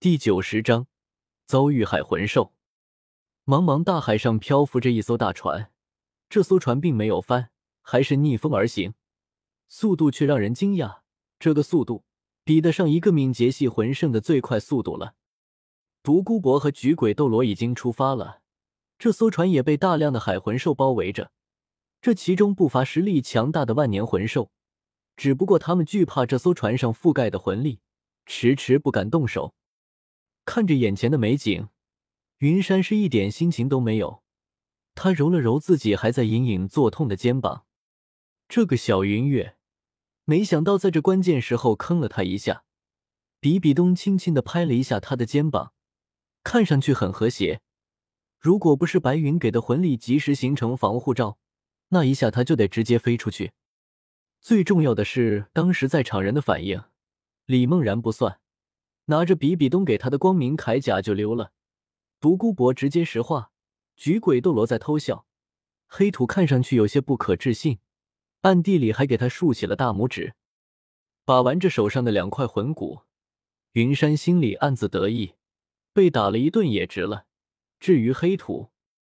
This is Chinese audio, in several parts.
第90章遭遇海魂兽。茫茫大海上漂浮着一艘大船，这艘船并没有翻，还是逆风而行，速度却让人惊讶，这个速度比得上一个敏捷系魂圣的最快速度了。独孤博和菊鬼斗罗已经出发了，这艘船也被大量的海魂兽包围着，这其中不乏实力强大的万年魂兽，只不过他们惧怕这艘船上覆盖的魂力，迟迟不敢动手。看着眼前的美景，云山是一点心情都没有，他揉了揉自己还在隐隐作痛的肩膀。这个小云月，没想到在这关键时候坑了他一下。比比东轻轻地拍了一下他的肩膀，看上去很和谐。如果不是白云给的魂力及时形成防护罩，那一下他就得直接飞出去。最重要的是，当时在场人的反应，李梦然不算，拿着比比东给他的光明铠甲就溜了。独孤博直接石化，菊鬼斗罗在偷笑，黑土看上去有些不可置信，暗地里还给他竖起了大拇指。把玩着手上的2块魂骨，云山心里暗自得意，被打了一顿也值了。至于黑土，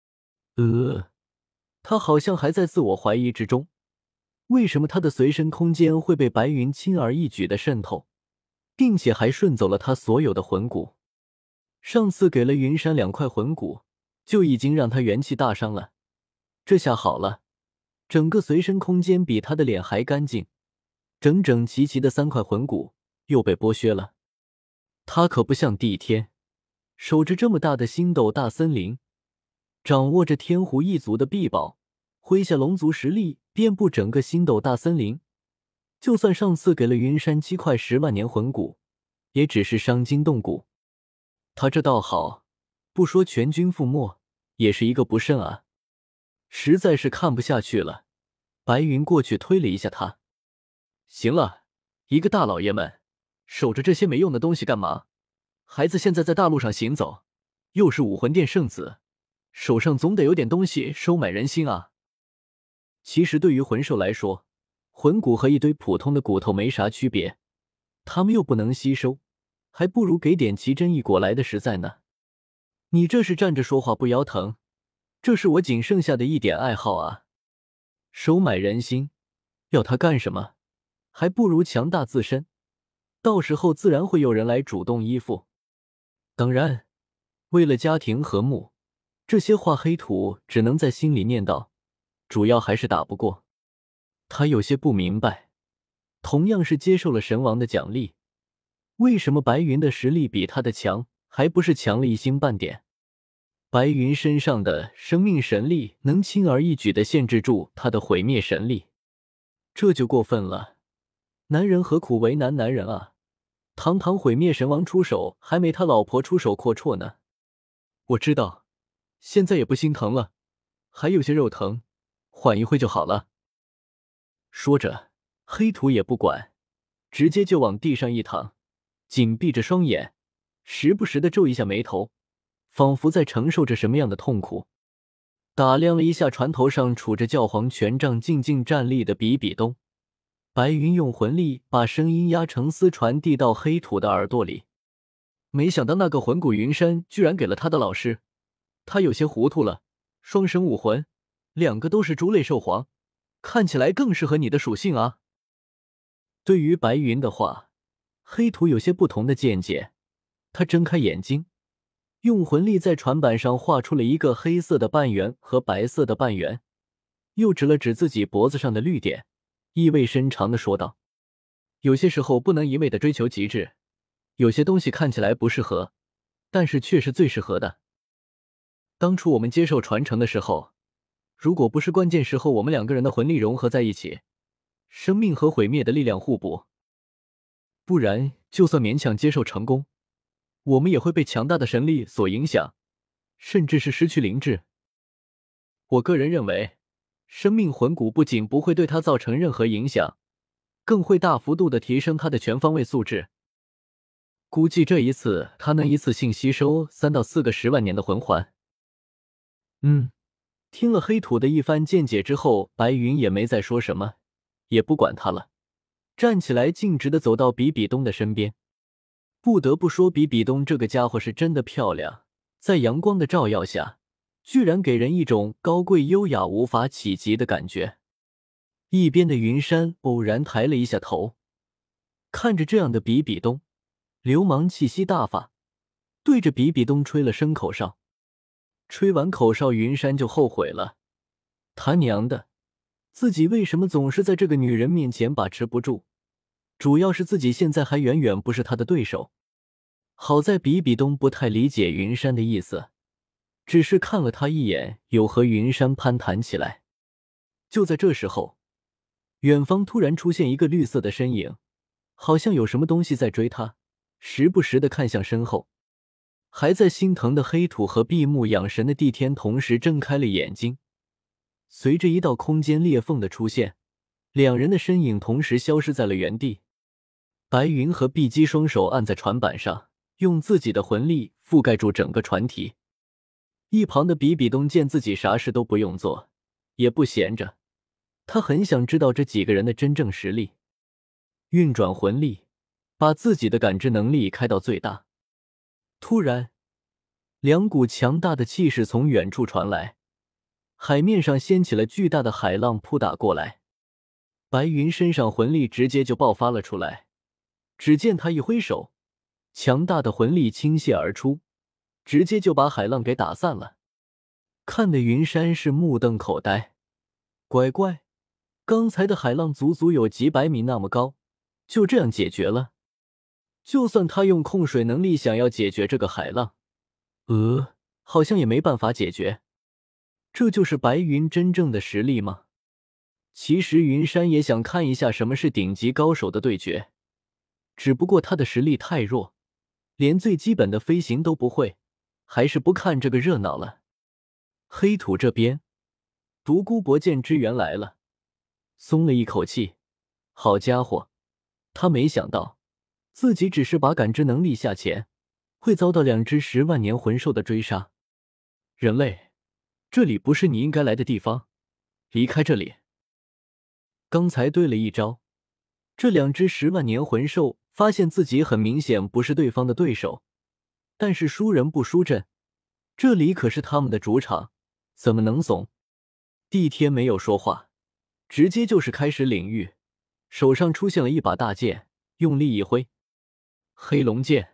他好像还在自我怀疑之中，为什么他的随身空间会被白云轻而易举地渗透，并且还顺走了他所有的魂骨。上次给了云山2块魂骨，就已经让他元气大伤了，这下好了，整个随身空间比他的脸还干净，整整齐齐的3块魂骨又被剥削了。他可不像帝天，守着这么大的星斗大森林，掌握着天狐一族的臂宝，麾下龙族实力遍布整个星斗大森林，就算上次给了云山7块10万年魂骨，也只是伤筋动骨。他这倒好，不说全军覆没，也是一个不慎啊。实在是看不下去了，白云过去推了一下他。行了，一个大老爷们，守着这些没用的东西干嘛？孩子现在在大陆上行走，又是武魂殿圣子，手上总得有点东西收买人心啊。其实对于魂兽来说，魂骨和一堆普通的骨头没啥区别，他们又不能吸收，还不如给点奇珍异果来的实在呢。你这是站着说话不腰疼，这是我仅剩下的一点爱好啊。收买人心，要他干什么？还不如强大自身，到时候自然会有人来主动依附。当然，为了家庭和睦，这些话黑土只能在心里念叨，主要还是打不过。他有些不明白，同样是接受了神王的奖励，为什么白云的实力比他的强，还不是强了一星半点？白云身上的生命神力能轻而易举地限制住他的毁灭神力，这就过分了。男人何苦为难男人啊？堂堂毁灭神王出手，还没他老婆出手阔绰呢。我知道，现在也不心疼了，还有些肉疼，缓一会就好了。说着，黑土也不管，直接就往地上一躺，紧闭着双眼，时不时地皱一下眉头，仿佛在承受着什么样的痛苦。打量了一下船头上杵着教皇权杖静静站立的比比东，白云用魂力把声音压成丝传递到黑土的耳朵里。没想到那个魂骨云山居然给了他的老师，他有些糊涂了，双生武魂，2个都是猪类兽皇，看起来更适合你的属性啊。对于白云的话，黑土有些不同的见解。他睁开眼睛，用魂力在船板上画出了一个黑色的半圆和白色的半圆，又指了指自己脖子上的绿点，意味深长地说道：有些时候不能一味地追求极致，有些东西看起来不适合，但是却是最适合的。当初我们接受传承的时候，如果不是关键时候我们2个人的魂力融合在一起，生命和毁灭的力量互补，不然就算勉强接受成功，我们也会被强大的神力所影响，甚至是失去灵智。我个人认为，生命魂骨不仅不会对他造成任何影响，更会大幅度地提升他的全方位素质。估计这一次他能一次性吸收3到4个10万年的魂环。听了黑土的一番见解之后，白云也没再说什么，也不管他了，站起来径直地走到比比东的身边。 不得不说，比比东这个家伙是真的漂亮，在阳光的照耀下，居然给人一种高贵优雅无法企及的感觉。一边的云山偶然抬了一下头，看着这样的比比东，流氓气息大发，对着比比东吹了声口哨。吹完口哨，云山就后悔了，他娘的，自己为什么总是在这个女人面前把持不住？主要是自己现在还远远不是她的对手。好在比比东不太理解云山的意思，只是看了他一眼，又和云山攀谈起来。就在这时候，远方突然出现一个绿色的身影，好像有什么东西在追他，时不时地看向身后。还在心疼的黑土和闭目养神的帝天同时睁开了眼睛，随着一道空间裂缝的出现，两人的身影同时消失在了原地。白云和碧姬双手按在船板上，用自己的魂力覆盖住整个船体。一旁的比比东见自己啥事都不用做，也不闲着，他很想知道这几个人的真正实力。运转魂力，把自己的感知能力开到最大。突然，两股强大的气势从远处传来，海面上掀起了巨大的海浪扑打过来。白云身上魂力直接就爆发了出来，只见他一挥手，强大的魂力倾泻而出，直接就把海浪给打散了。看得云山是目瞪口呆，乖乖，刚才的海浪足足有几百米那么高，就这样解决了。就算他用控水能力想要解决这个海浪，好像也没办法解决。这就是白云真正的实力吗？其实云山也想看一下什么是顶级高手的对决，只不过他的实力太弱，连最基本的飞行都不会，还是不看这个热闹了。黑土这边，独孤博见支援来了，松了一口气。好家伙，他没想到自己只是把感知能力下潜，会遭到2只10万年魂兽的追杀。人类，这里不是你应该来的地方，离开这里。刚才对了一招，这2只10万年魂兽发现自己很明显不是对方的对手，但是输人不输阵，这里可是他们的主场，怎么能怂？帝天没有说话，直接就是开始领域，手上出现了一把大剑，用力一挥，黑龙剑。